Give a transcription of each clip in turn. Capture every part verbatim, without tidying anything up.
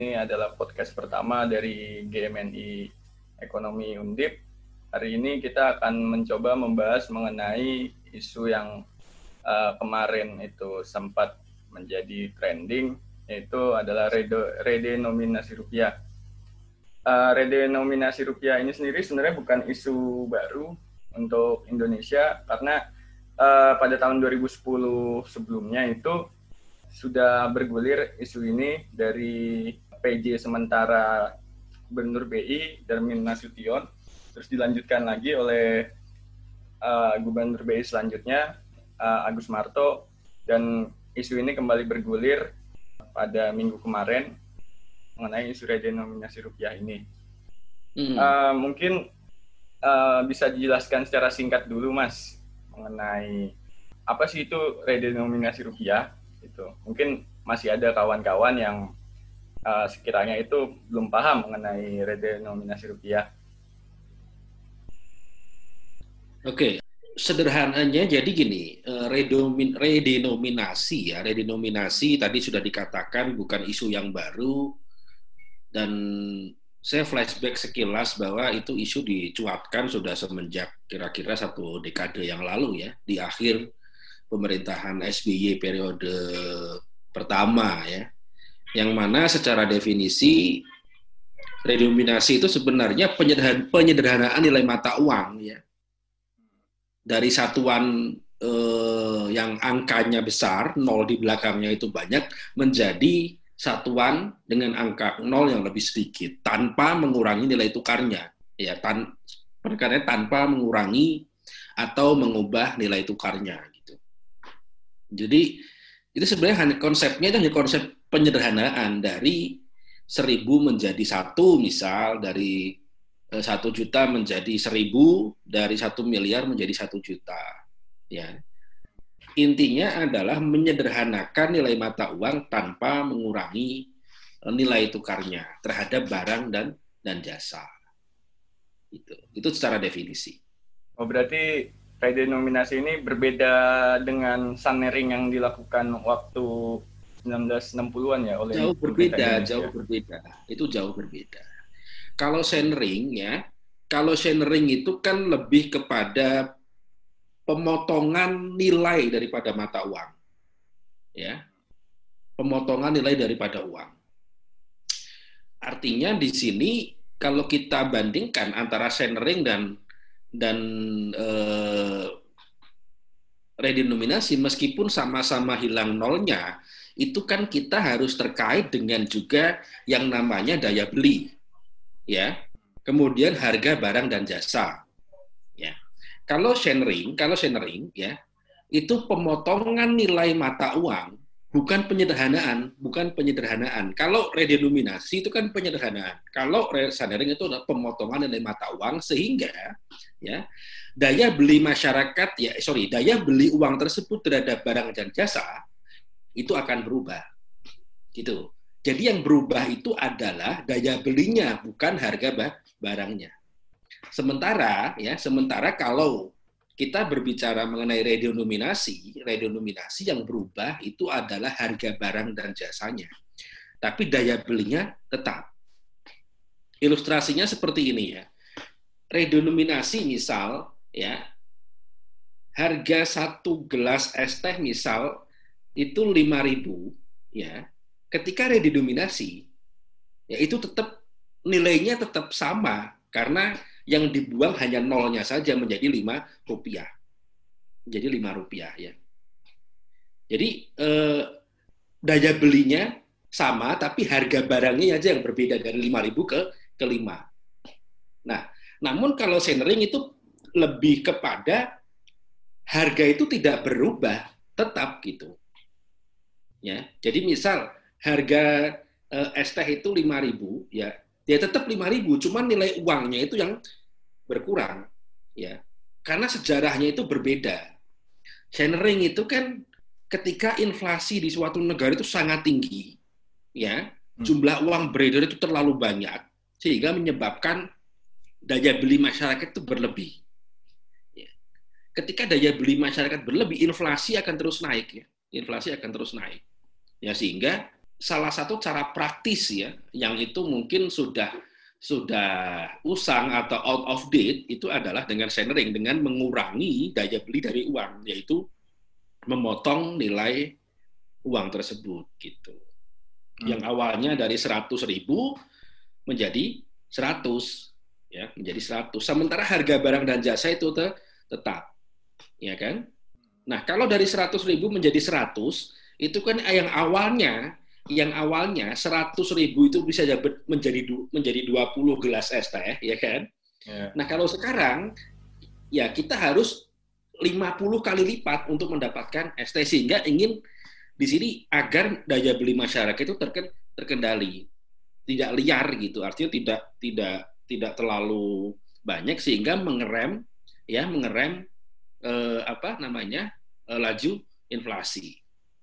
Ini adalah podcast pertama dari G M N I Ekonomi Undip. Hari ini kita akan mencoba membahas mengenai isu yang uh, kemarin itu sempat menjadi trending, yaitu adalah redenominasi rupiah. Uh, redenominasi rupiah ini sendiri sebenarnya bukan isu baru untuk Indonesia, karena uh, pada tahun dua ribu sepuluh sebelumnya itu sudah bergulir isu ini dari P J sementara Gubernur B I Darmin Nasution, terus dilanjutkan lagi oleh uh, Gubernur B I selanjutnya uh, Agus Marto, dan isu ini kembali bergulir pada minggu kemarin mengenai isu redenominasi rupiah ini. Hmm. Uh, mungkin uh, bisa dijelaskan secara singkat dulu, Mas, mengenai apa sih itu redenominasi rupiah? Itu mungkin masih ada kawan-kawan yang uh, sekiranya itu belum paham mengenai redenominasi rupiah. Oke, sederhananya jadi gini, redenominasi ya, redenominasi tadi sudah dikatakan bukan isu yang baru, dan saya flashback sekilas bahwa itu isu dicuatkan sudah semenjak kira-kira satu dekade yang lalu ya, di akhir pemerintahan S B Y periode pertama ya, yang mana secara definisi redenominasi itu sebenarnya penyederhan, penyederhanaan nilai mata uang ya, dari satuan eh, yang angkanya besar, nol di belakangnya itu banyak, menjadi satuan dengan angka nol yang lebih sedikit tanpa mengurangi nilai tukarnya ya, tan perkaranya tanpa mengurangi atau mengubah nilai tukarnya gitu. Jadi itu sebenarnya hanya konsepnya itu hanya konsep penyederhanaan dari seribu menjadi satu, misal dari eh, satu juta menjadi seribu, dari satu miliar menjadi satu juta ya. Intinya adalah menyederhanakan nilai mata uang tanpa mengurangi nilai tukarnya terhadap barang dan dan jasa. Itu itu secara definisi. Oh, berarti redenominasi ini berbeda dengan Sunering yang dilakukan waktu sembilan belas enam puluhan ya oleh jauh berbeda, jauh berbeda. Itu jauh berbeda. Kalau Sunering ya, kalau Sunering itu kan lebih kepada pemotongan nilai daripada mata uang, ya, pemotongan nilai daripada uang. Artinya di sini kalau kita bandingkan antara Sunering dan dan eh, redenominasi, meskipun sama-sama hilang nolnya, itu kan kita harus terkait dengan juga yang namanya daya beli, ya, kemudian harga barang dan jasa. Kalau Sunering, kalau Sunering ya, itu pemotongan nilai mata uang, bukan penyederhanaan, bukan penyederhanaan. Kalau redenominasi itu kan penyederhanaan. Kalau Sunering itu adalah pemotongan nilai mata uang sehingga ya daya beli masyarakat ya, sorry, daya beli uang tersebut terhadap barang dan jasa itu akan berubah. Gitu. Jadi yang berubah itu adalah daya belinya, bukan harga barangnya. Sementara ya, sementara kalau kita berbicara mengenai redenominasi, redenominasi yang berubah itu adalah harga barang dan jasanya. Tapi daya belinya tetap. Ilustrasinya seperti ini ya. Redenominasi misal ya, harga satu gelas es teh misal itu lima ribu ya. Ketika redenominasi ya itu tetap nilainya tetap sama karena yang dibuang hanya nolnya saja menjadi lima rupiah. Jadi lima rupiah ya. Jadi eh, daya belinya sama tapi harga barangnya aja yang berbeda dari lima ribu ke ke lima. Nah, namun kalau Sunering itu lebih kepada harga itu tidak berubah, tetap gitu. Ya. Jadi misal harga eh, es teh itu lima ribu ya, dia tetap lima ribu, cuman nilai uangnya itu yang berkurang ya, karena sejarahnya itu berbeda. Sunering itu kan ketika inflasi di suatu negara itu sangat tinggi ya, jumlah uang beredar itu terlalu banyak sehingga menyebabkan daya beli masyarakat itu berlebih ya. Ketika daya beli masyarakat berlebih, inflasi akan terus naik ya, inflasi akan terus naik ya, sehingga salah satu cara praktis ya, yang itu mungkin sudah sudah usang atau out of date itu adalah dengan sharing, dengan mengurangi daya beli dari uang, yaitu memotong nilai uang tersebut gitu. Hmm. Yang awalnya dari seratus ribu menjadi seratus, ya, menjadi seratus. Sementara harga barang dan jasa itu te- tetap, ya kan? Nah, kalau dari seratus ribu menjadi seratus, itu kan yang awalnya yang awalnya seratus ribu itu bisa menjadi menjadi dua puluh gelas es teh, ya kan? Yeah. Nah, kalau sekarang ya kita harus lima puluh kali lipat untuk mendapatkan es teh, sehingga ingin di sini agar daya beli masyarakat itu terkendali, tidak liar gitu. Artinya tidak tidak tidak terlalu banyak sehingga mengerem ya mengerem eh, apa namanya eh, laju inflasi.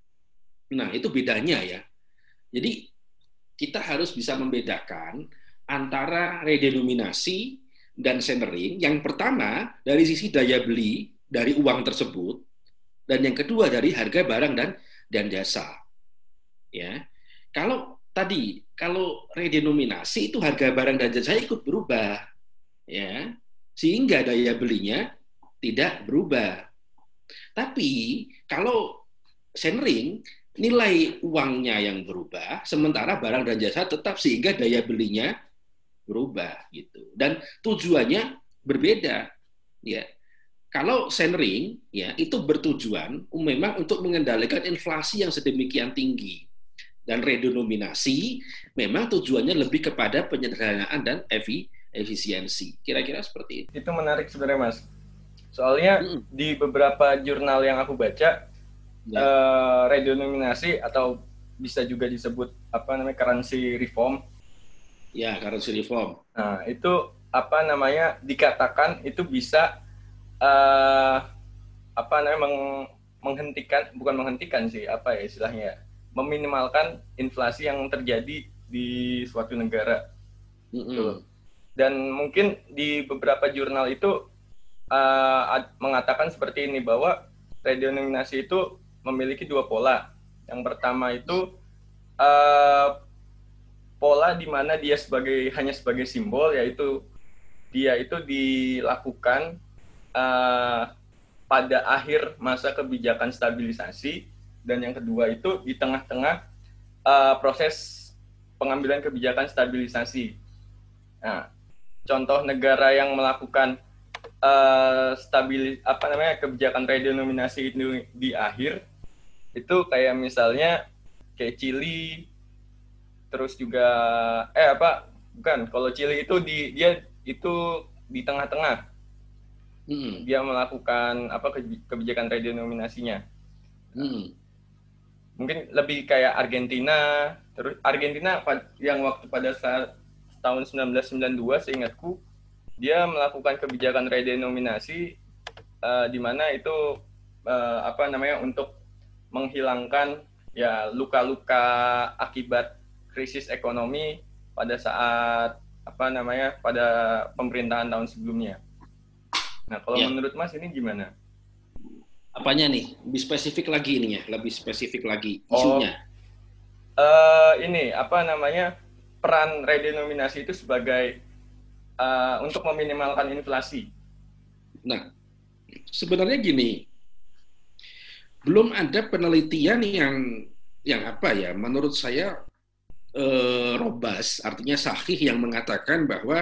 Nah, itu bedanya ya. Jadi kita harus bisa membedakan antara redenominasi dan sharing. Yang pertama dari sisi daya beli dari uang tersebut, dan yang kedua dari harga barang dan dan jasa. Ya, kalau tadi kalau redenominasi itu harga barang dan jasa ikut berubah, ya, sehingga daya belinya tidak berubah. Tapi kalau sharing, nilai uangnya yang berubah, sementara barang dan jasa tetap, sehingga daya belinya berubah gitu. Dan tujuannya berbeda, ya. Kalau sharing, ya, itu bertujuan memang untuk mengendalikan inflasi yang sedemikian tinggi. Dan redenominasi memang tujuannya lebih kepada penyederhanaan dan efisiensi. Kira-kira seperti itu. Itu menarik sebenarnya, Mas. Soalnya hmm. di beberapa jurnal yang aku baca, ya. uh, redenominasi atau bisa juga disebut apa namanya currency reform. Ya, currency reform. Nah, itu apa namanya dikatakan itu bisa uh, apa namanya meng, menghentikan bukan menghentikan sih apa ya istilahnya meminimalkan inflasi yang terjadi di suatu negara. Mm-hmm. Gitu. Dan mungkin di beberapa jurnal itu uh, mengatakan seperti ini bahwa redenominasi itu memiliki dua pola. Yang pertama itu uh, pola di mana dia sebagai hanya sebagai simbol, yaitu dia itu dilakukan uh, pada akhir masa kebijakan stabilisasi, dan yang kedua itu di tengah-tengah uh, proses pengambilan kebijakan stabilisasi. Nah, contoh negara yang melakukan uh, stabil apa namanya kebijakan redenominasi itu di akhir itu kayak misalnya kayak Chili, terus juga eh apa bukan kalau Chili itu di dia itu di tengah-tengah hmm. dia melakukan apa kebijakan redenominasinya. Hmm. Mungkin lebih kayak Argentina, terus Argentina yang waktu pada saat tahun sembilan belas sembilan puluh dua seingatku dia melakukan kebijakan redenominasi uh, di mana itu uh, apa namanya untuk menghilangkan ya luka-luka akibat krisis ekonomi pada saat apa namanya pada pemerintahan tahun sebelumnya. Nah, kalau ya. Menurut Mas ini gimana? Apanya nih? Lebih spesifik lagi ininya, lebih spesifik lagi isunya. Oh, uh, ini apa namanya peran redenominasi itu sebagai uh, untuk meminimalkan inflasi. Nah, sebenarnya gini. Belum ada penelitian yang yang apa ya menurut saya eh, robust, artinya sahih, yang mengatakan bahwa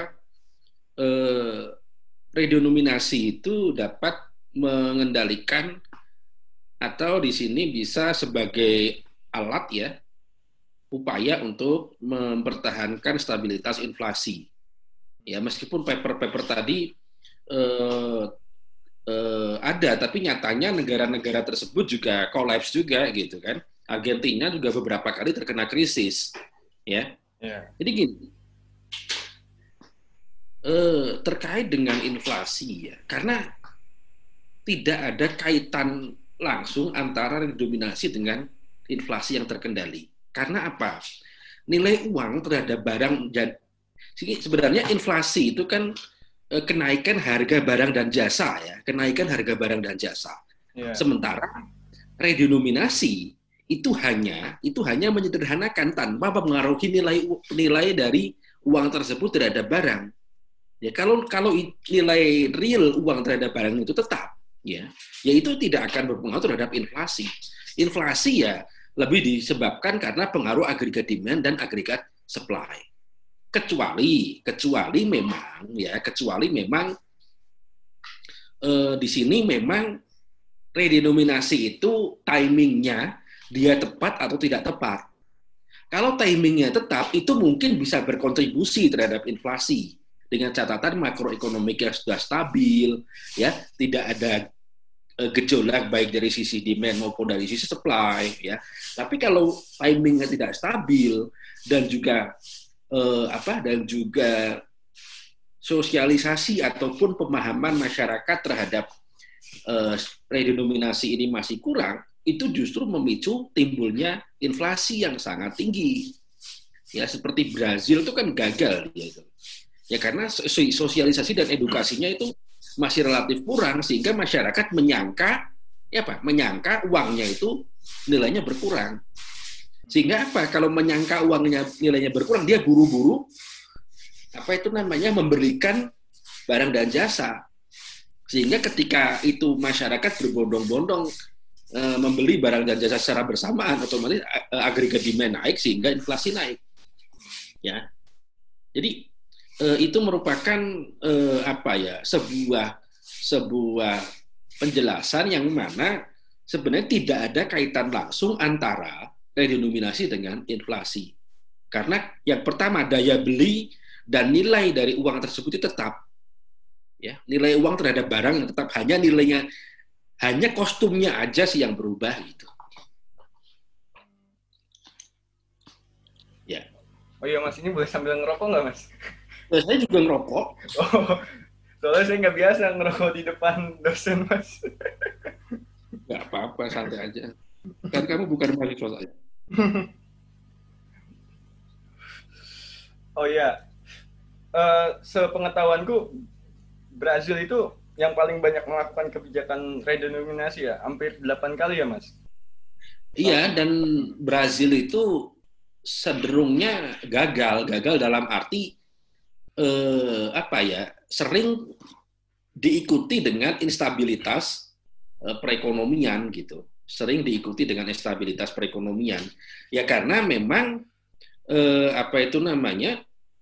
eh, redenominasi itu dapat mengendalikan atau di sini bisa sebagai alat ya upaya untuk mempertahankan stabilitas inflasi. Ya, meskipun paper-paper tadi eh, Uh, ada, tapi nyatanya negara-negara tersebut juga kolaps juga gitu kan. Argentina juga beberapa kali terkena krisis, ya. Yeah. Jadi gini, uh, terkait dengan inflasi ya, karena tidak ada kaitan langsung antara redenominasi dengan inflasi yang terkendali. Karena apa? Nilai uang terhadap barang, sebenarnya inflasi itu kan kenaikan harga barang dan jasa ya, kenaikan harga barang dan jasa. Yeah. Sementara redenominasi itu hanya itu hanya menyederhanakan tanpa mempengaruhi nilai nilai dari uang tersebut terhadap barang. Ya, kalau kalau nilai real uang terhadap barang itu tetap, ya, ya itu tidak akan berpengaruh terhadap inflasi. Inflasi ya lebih disebabkan karena pengaruh agregat demand dan agregat supply. Kecuali kecuali memang ya kecuali memang eh, di sini memang redenominasi itu timingnya dia tepat atau tidak tepat. Kalau timingnya tetap, itu mungkin bisa berkontribusi terhadap inflasi dengan catatan makroekonomi yang sudah stabil, ya tidak ada gejolak baik dari sisi demand maupun dari sisi supply, ya. Tapi kalau timingnya tidak stabil dan juga eh, apa dan juga sosialisasi ataupun pemahaman masyarakat terhadap eh, redenominasi ini masih kurang, itu justru memicu timbulnya inflasi yang sangat tinggi. Ya seperti Brazil itu kan gagal dia itu. Ya karena sosialisasi dan edukasinya itu masih relatif kurang sehingga masyarakat menyangka ya apa? Menyangka uangnya itu nilainya berkurang. Sehingga apa? Kalau menyangka uangnya nilainya berkurang, dia buru-buru apa itu namanya memberikan barang dan jasa. Sehingga ketika itu masyarakat berbondong-bondong membeli barang dan jasa secara bersamaan, otomatis agregat demand naik sehingga inflasi naik. Ya, jadi itu merupakan apa ya sebuah sebuah penjelasan yang mana sebenarnya tidak ada kaitan langsung antara redenominasi dengan inflasi. Karena yang pertama daya beli dan nilai dari uang tersebut itu tetap. Ya, nilai uang terhadap barang yang tetap hanya nilainya hanya kostumnya aja sih yang berubah gitu. Ya. Oh iya Mas, ini boleh sambil ngerokok nggak Mas? Nah, saya juga ngerokok. Oh, soalnya saya nggak biasa ngerokok di depan dosen Mas. Nggak apa-apa, santai aja. Kan kamu bukan mahasiswa saya. Oh iya, uh, sepengetahuanku Brazil itu yang paling banyak melakukan kebijakan redenominasi ya, hampir delapan kali ya, Mas? Iya, dan Brazil itu cenderungnya gagal, gagal dalam arti eh, apa ya, sering diikuti dengan instabilitas eh, perekonomian gitu, sering diikuti dengan instabilitas perekonomian. Ya karena memang eh, apa itu namanya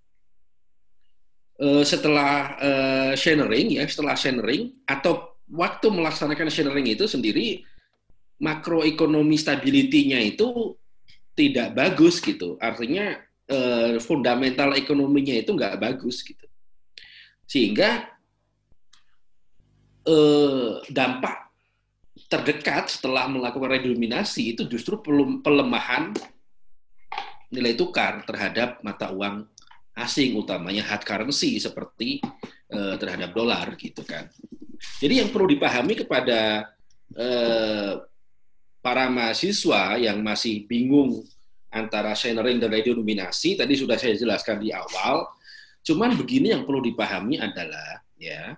setelah uh, sharing ya setelah sharing atau waktu melaksanakan sharing itu sendiri makroekonomi stability-nya itu tidak bagus gitu, artinya uh, fundamental ekonominya itu nggak bagus gitu, sehingga uh, dampak terdekat setelah melakukan redenominasi itu justru pelemahan nilai tukar terhadap mata uang asing, utamanya hard currency seperti eh, terhadap dolar gitu kan. Jadi yang perlu dipahami kepada eh, para mahasiswa yang masih bingung antara sharing dan redenominasi, tadi sudah saya jelaskan di awal. Cuman begini yang perlu dipahami adalah ya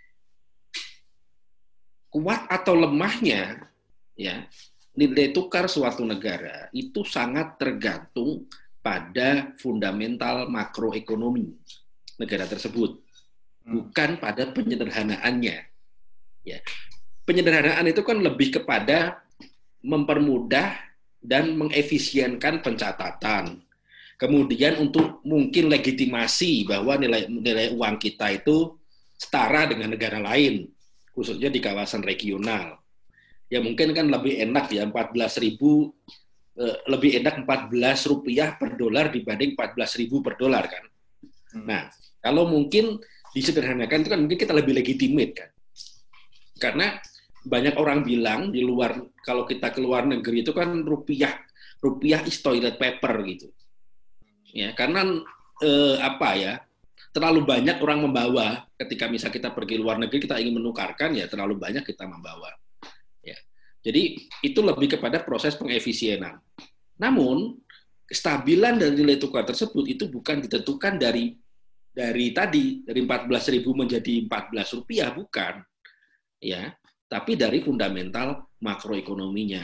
kuat atau lemahnya ya nilai tukar suatu negara itu sangat tergantung pada fundamental makroekonomi negara tersebut, bukan pada penyederhanaannya. Ya. Penyederhanaan itu kan lebih kepada mempermudah dan mengefisienkan pencatatan. Kemudian untuk mungkin legitimasi bahwa nilai nilai uang kita itu setara dengan negara lain, khususnya di kawasan regional. Ya mungkin kan lebih enak ya empat belas ribu lebih enak empat belas rupiah per dolar dibanding empat belas ribu per dolar kan. Hmm. Nah, kalau mungkin disederhanakan itu kan mungkin kita lebih legitimate kan. Karena banyak orang bilang di luar, kalau kita ke luar negeri itu kan rupiah rupiah is toilet paper gitu. Ya, karena eh, apa ya? Terlalu banyak orang membawa ketika misal kita pergi luar negeri kita ingin menukarkan ya terlalu banyak kita membawa. Ya. Jadi itu lebih kepada proses pengefisienan. Namun kestabilan dari nilai tukar tersebut itu bukan ditentukan dari dari tadi dari empat belas ribu menjadi empat belas rupiah, bukan, ya, tapi dari fundamental makroekonominya.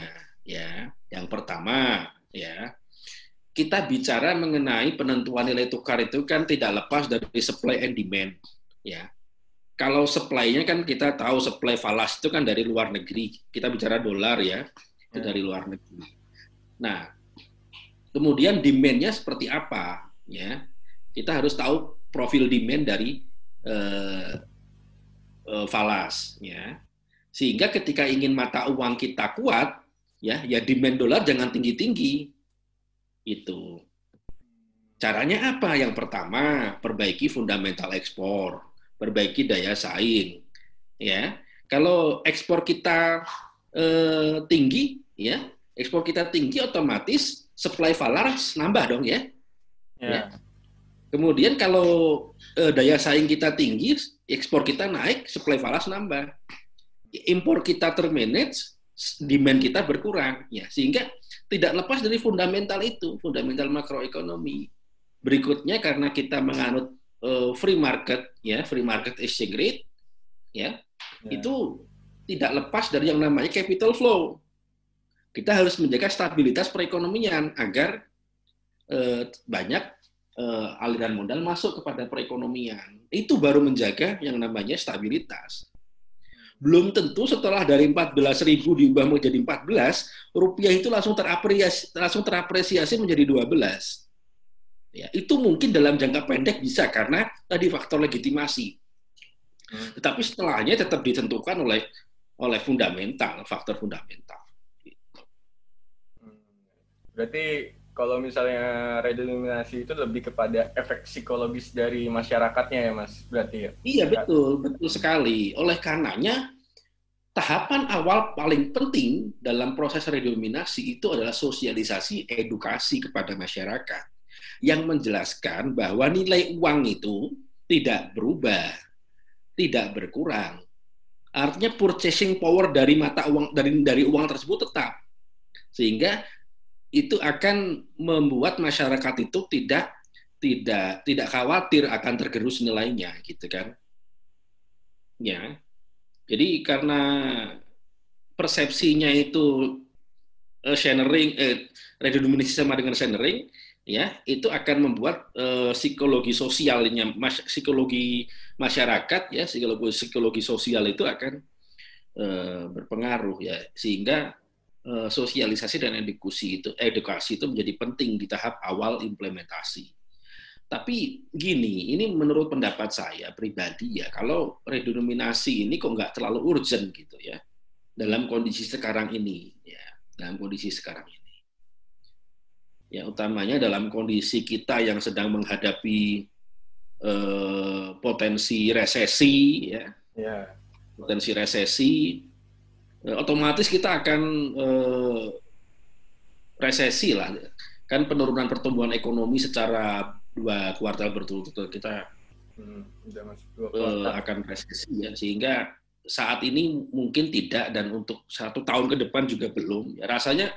Ya, yang pertama, ya, kita bicara mengenai penentuan nilai tukar itu kan tidak lepas dari supply and demand. Ya, kalau supply-nya kan kita tahu supply falas itu kan dari luar negeri. Kita bicara dolar ya, itu dari luar negeri. Nah, kemudian demand-nya seperti apa? Ya, kita harus tahu profil demand dari eh, eh, falas. Ya, sehingga ketika ingin mata uang kita kuat, ya, ya demand dolar jangan tinggi-tinggi. Itu. Caranya apa? Yang pertama, perbaiki fundamental ekspor, perbaiki daya saing. Ya, kalau ekspor kita eh, tinggi, ya, ekspor kita tinggi otomatis supply falas nambah dong ya. Yeah. Ya. Kemudian kalau eh, daya saing kita tinggi, ekspor kita naik, supply falas nambah. Impor kita termanage, demand kita berkurang, ya, sehingga tidak lepas dari fundamental itu, fundamental makroekonomi. Berikutnya karena kita menganut uh, free market, ya, free market exchange rate, ya, ya, itu tidak lepas dari yang namanya capital flow. Kita harus menjaga stabilitas perekonomian agar uh, banyak uh, aliran modal masuk kepada perekonomian. Itu baru menjaga yang namanya stabilitas. Belum tentu setelah dari empat belas ribu diubah menjadi empat belas, rupiah itu langsung terapresiasi, langsung terapresiasi menjadi dua belas. Ya, itu mungkin dalam jangka pendek bisa karena tadi faktor legitimasi. Tetapi setelahnya tetap ditentukan oleh oleh fundamental, faktor fundamental. Berarti kalau misalnya redenominasi itu lebih kepada efek psikologis dari masyarakatnya ya, Mas? Berarti ya? Iya, betul. Betul sekali. Oleh karenanya, tahapan awal paling penting dalam proses redenominasi itu adalah sosialisasi edukasi kepada masyarakat yang menjelaskan bahwa nilai uang itu tidak berubah, tidak berkurang. Artinya purchasing power dari mata uang dari dari uang tersebut tetap. Sehingga itu akan membuat masyarakat itu tidak tidak tidak khawatir akan tergerus nilainya, gitu kan? Ya, jadi karena persepsinya itu uh, sharing, eh, redenominasi sama dengan sharing, ya, itu akan membuat uh, psikologi sosialnya, mas, psikologi masyarakat, ya, psikologi psikologi sosial itu akan uh, berpengaruh, ya, sehingga sosialisasi dan edukasi itu edukasi itu menjadi penting di tahap awal implementasi. Tapi gini, ini menurut pendapat saya pribadi ya, kalau redenominasi ini kok nggak terlalu urgent gitu ya dalam kondisi sekarang ini, ya, dalam kondisi sekarang ini. Ya, utamanya dalam kondisi kita yang sedang menghadapi eh, potensi resesi, ya, ya. potensi resesi. Otomatis kita akan eh, resesi lah, kan penurunan pertumbuhan ekonomi secara dua kuartal berturut-turut kita hmm, eh, akan resesi ya, sehingga saat ini mungkin tidak dan untuk satu tahun ke depan juga belum. Ya, rasanya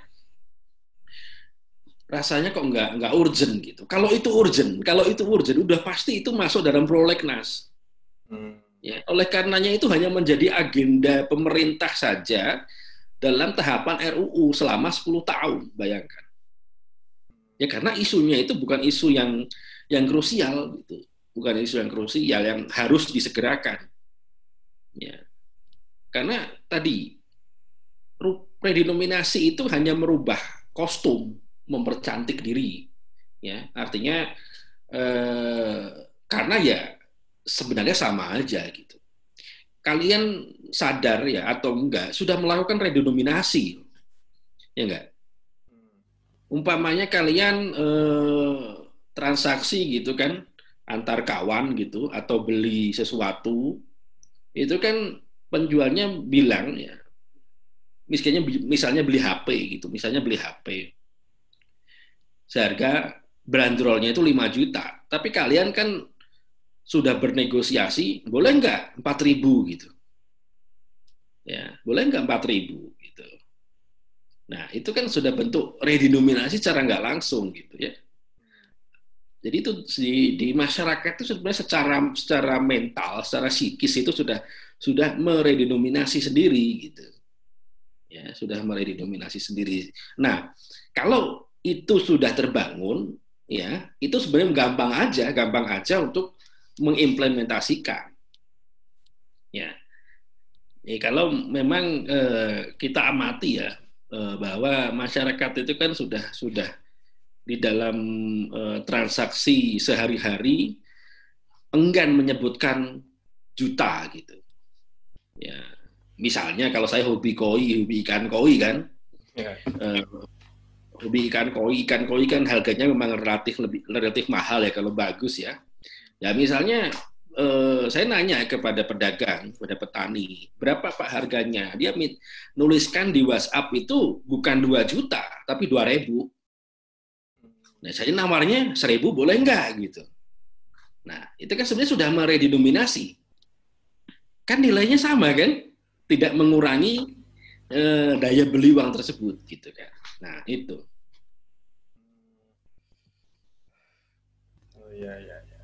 rasanya kok nggak nggak urgent gitu. Kalau itu urgent, kalau itu urgent, udah pasti itu masuk dalam prolegnas. Hmm. Ya, oleh karenanya itu hanya menjadi agenda pemerintah saja dalam tahapan R U U selama sepuluh tahun, bayangkan. Ya, karena isunya itu bukan isu yang yang krusial gitu. Bukan isu yang krusial yang harus disegerakan. Ya. Karena tadi redenominasi itu hanya merubah kostum, mempercantik diri. Ya, artinya eh, karena ya sebenarnya sama aja gitu. Kalian sadar ya atau enggak sudah melakukan redenominasi, ya enggak? Umpamanya kalian eh, transaksi gitu kan antar kawan gitu atau beli sesuatu, itu kan penjualnya bilang ya, misalnya misalnya beli H P gitu, misalnya beli H P, seharga bandrolnya itu lima juta, tapi kalian kan sudah bernegosiasi, boleh nggak empat ribu gitu. Ya, boleh nggak empat ribu gitu. Nah, itu kan sudah bentuk redenominasi secara nggak langsung gitu ya. Jadi itu di, di masyarakat itu sebenarnya secara secara mental, secara psikis itu sudah sudah meredenominasi sendiri gitu. ya sudah mulai didominasi sendiri. Nah, kalau itu sudah terbangun, ya itu sebenarnya gampang aja, gampang aja untuk mengimplementasikan. Ya, ya kalau memang eh, kita amati ya eh, bahwa masyarakat itu kan sudah sudah di dalam eh, transaksi sehari-hari enggan menyebutkan juta gitu. Ya, misalnya kalau saya hobi koi, hobi ikan koi kan, yeah. uh, hobi ikan koi, ikan koi kan harganya memang relatif lebih relatif mahal ya kalau bagus ya. Ya misalnya uh, saya nanya kepada pedagang, kepada petani, berapa Pak harganya? Dia nuliskan di WhatsApp itu bukan dua juta, tapi dua ribu. Nah saya nawarnya seribu boleh enggak gitu. Nah itu kan sebenarnya sudah meredominasi. Kan nilainya sama kan, tidak mengurangi eh, daya beli uang tersebut gitu kan. Nah itu. Oh iya iya. iya.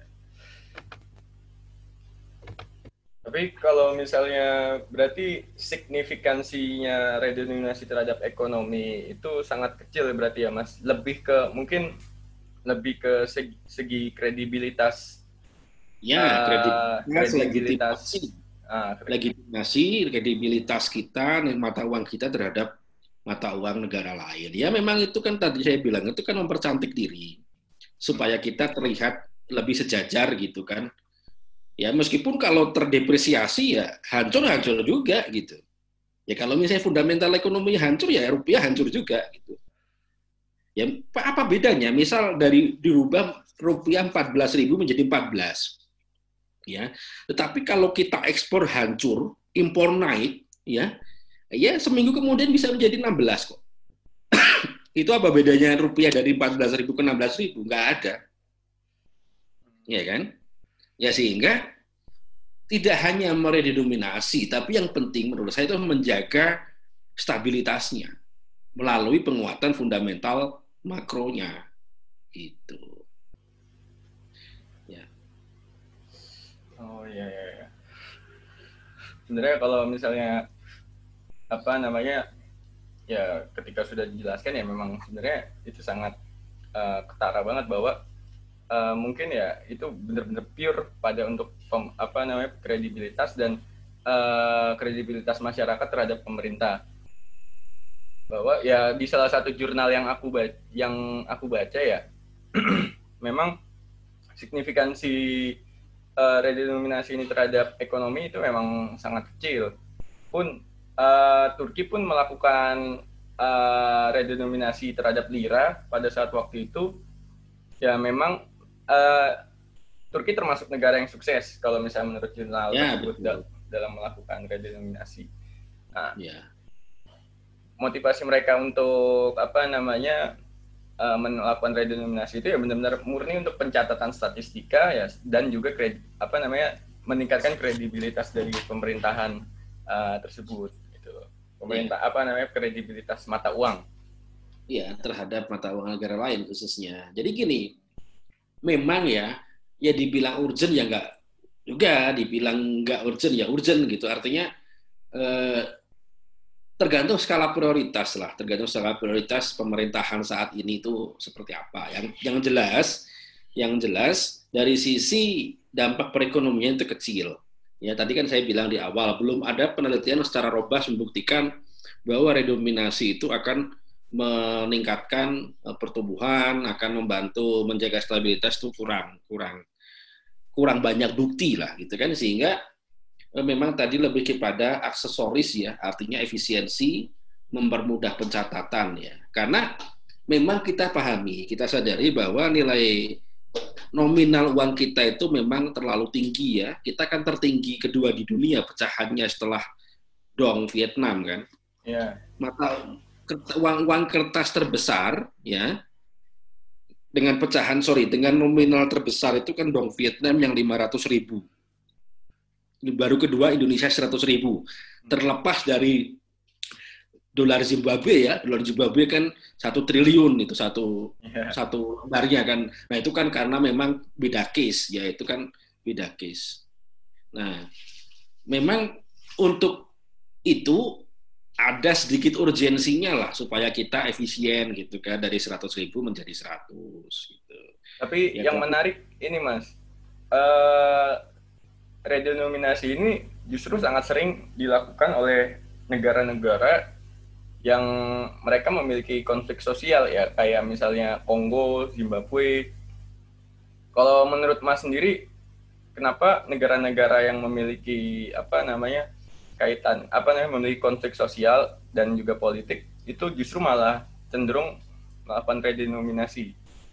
Tapi kalau misalnya berarti signifikansinya redenominasi terhadap ekonomi itu sangat kecil berarti ya Mas. Lebih ke mungkin lebih ke segi, segi kredibilitas. Ya kredibilitas. Uh, kredibilitas Ah, legitimasi, kredibilitas kita, mata uang kita terhadap mata uang negara lain. Ya memang itu kan tadi saya bilang, itu kan mempercantik diri. Supaya kita terlihat lebih sejajar gitu kan. Ya meskipun kalau terdepresiasi ya hancur-hancur juga gitu. Ya kalau misalnya fundamental ekonomi hancur ya rupiah hancur juga gitu. Ya apa bedanya? Misal dari dirubah rupiah empat belas ribu menjadi empat belas. Ya, tetapi kalau kita ekspor hancur, impor naik, ya, ya seminggu kemudian bisa menjadi enam belas kok. Itu apa bedanya rupiah dari empat belas ribu ke enam belas ribu? Nggak ada. Ya kan? Ya sehingga tidak hanya meredenominasi, tapi yang penting menurut saya itu menjaga stabilitasnya melalui penguatan fundamental makronya. Gitu. Oh iya iya. iya. Sebenarnya kalau misalnya apa namanya ya ketika sudah dijelaskan ya memang sebenarnya itu sangat uh, ketara banget bahwa uh, mungkin ya itu benar-benar pure pada untuk pem, apa namanya kredibilitas dan uh, kredibilitas masyarakat terhadap pemerintah. Bahwa ya di salah satu jurnal yang aku baca, yang aku baca ya memang signifikansi uh, redenominasi ini terhadap ekonomi itu memang sangat kecil. Pun uh, Turki pun melakukan uh, redenominasi terhadap lira pada saat waktu itu. Ya memang uh, Turki termasuk negara yang sukses kalau misalnya menurut jurnal ya, tersebut dal- dalam melakukan redenominasi. Nah, ya. motivasi mereka untuk apa namanya uh, melakukan redenominasi itu ya benar-benar murni untuk pencatatan statistika ya dan juga kred, apa namanya meningkatkan kredibilitas dari pemerintahan uh, tersebut gitu. Pemerintah ya. Apa namanya kredibilitas mata uang. Iya, terhadap mata uang negara lain khususnya. Jadi gini, memang ya ya dibilang urgent ya enggak juga, dibilang enggak urgent ya urgent gitu. Artinya eh, tergantung skala prioritas lah, tergantung skala prioritas pemerintahan saat ini itu seperti apa. Yang yang jelas, yang jelas dari sisi dampak perekonomian itu kecil. Ya tadi kan saya bilang di awal belum ada penelitian secara robust membuktikan bahwa redenominasi itu akan meningkatkan pertumbuhan, akan membantu menjaga stabilitas itu kurang kurang kurang banyak bukti lah gitu kan, sehingga memang tadi lebih kepada aksesoris ya, artinya efisiensi, mempermudah pencatatan ya. Karena memang kita pahami, kita sadari bahwa nilai nominal uang kita itu memang terlalu tinggi ya. Kita kan tertinggi kedua di dunia pecahannya setelah dong Vietnam kan. Yeah. Mata uang uang kertas terbesar ya dengan pecahan sorry dengan nominal terbesar itu kan dong Vietnam yang lima ratus ribu. Baru kedua Indonesia seratus ribu. Terlepas dari dolar Zimbabwe ya, dolar Zimbabwe kan satu triliun itu satu yeah. satu lembarnya kan. Nah itu kan karena memang beda case ya, itu kan beda case. Nah memang untuk itu ada sedikit urgensinya lah supaya kita efisien gitu kan, dari seratus ribu menjadi seratus gitu. Tapi Ya, yang tapi menarik ini Mas, uh, redenominasi ini justru sangat sering dilakukan oleh negara-negara yang mereka memiliki konflik sosial ya, kayak misalnya Kongo, Zimbabwe. Kalau menurut Mas sendiri, kenapa negara-negara yang memiliki apa namanya kaitan apa namanya memiliki konflik sosial dan juga politik itu justru malah cenderung melakukan redenominasi?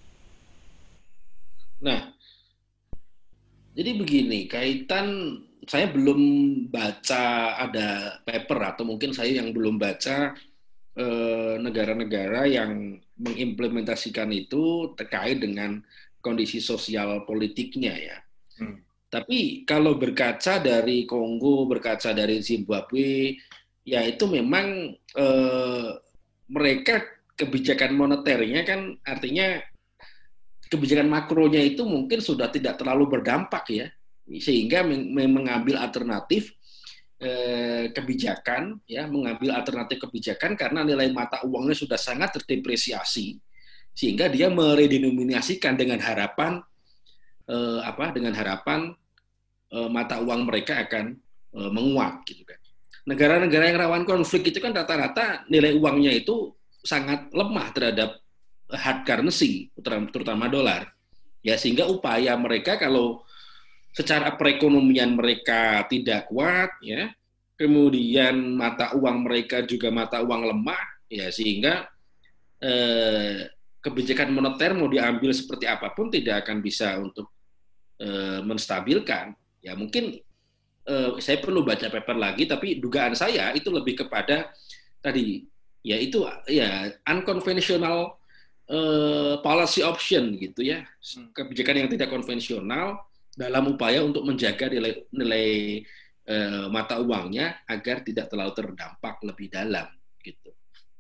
nah, jadi begini, kaitan saya belum baca ada paper atau mungkin saya yang belum baca eh, negara-negara yang mengimplementasikan itu terkait dengan kondisi sosial politiknya ya. Hmm. Tapi kalau berkaca dari Kongo, berkaca dari Zimbabwe, ya itu memang eh, mereka kebijakan moneternya kan artinya kebijakan makronya itu mungkin sudah tidak terlalu berdampak ya, sehingga mengambil alternatif eh, kebijakan ya, mengambil alternatif kebijakan karena nilai mata uangnya sudah sangat terdepresiasi, sehingga dia meredenominasikan dengan harapan eh, apa dengan harapan eh, mata uang mereka akan eh, menguat gitu kan. Negara-negara yang rawan konflik itu kan rata-rata nilai uangnya itu sangat lemah terhadap hard currency, terutama dolar. Ya, sehingga upaya mereka kalau secara perekonomian mereka tidak kuat, ya, kemudian mata uang mereka juga mata uang lemah, ya, sehingga eh, kebijakan moneter mau diambil seperti apapun tidak akan bisa untuk eh, menstabilkan. Ya, mungkin eh, saya perlu baca paper lagi, tapi dugaan saya itu lebih kepada tadi, ya itu ya unconventional uh, policy option gitu ya, kebijakan yang tidak konvensional dalam upaya untuk menjaga nilai nilai uh, mata uangnya agar tidak terlalu terdampak lebih dalam gitu.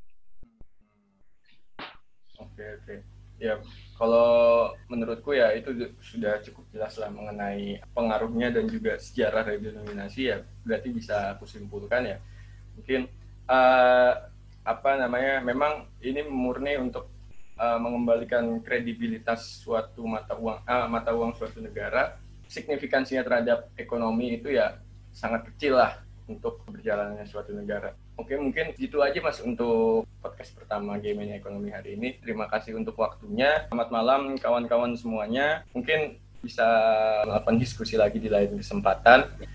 Oke oke. Ya, kalau menurutku ya itu sudah cukup jelas lah mengenai pengaruhnya dan juga sejarah redenominasi ya. Berarti bisa aku simpulkan ya. Mungkin uh, apa namanya memang ini murni untuk uh, mengembalikan kredibilitas suatu mata uang uh, mata uang suatu negara. Signifikansinya terhadap ekonomi itu ya sangat kecil lah untuk berjalannya suatu negara. Oke, mungkin itu aja Mas untuk podcast pertama G M N I Ekonomi hari ini. Terima kasih untuk waktunya. Selamat malam kawan-kawan semuanya. Mungkin bisa melakukan diskusi lagi di lain kesempatan.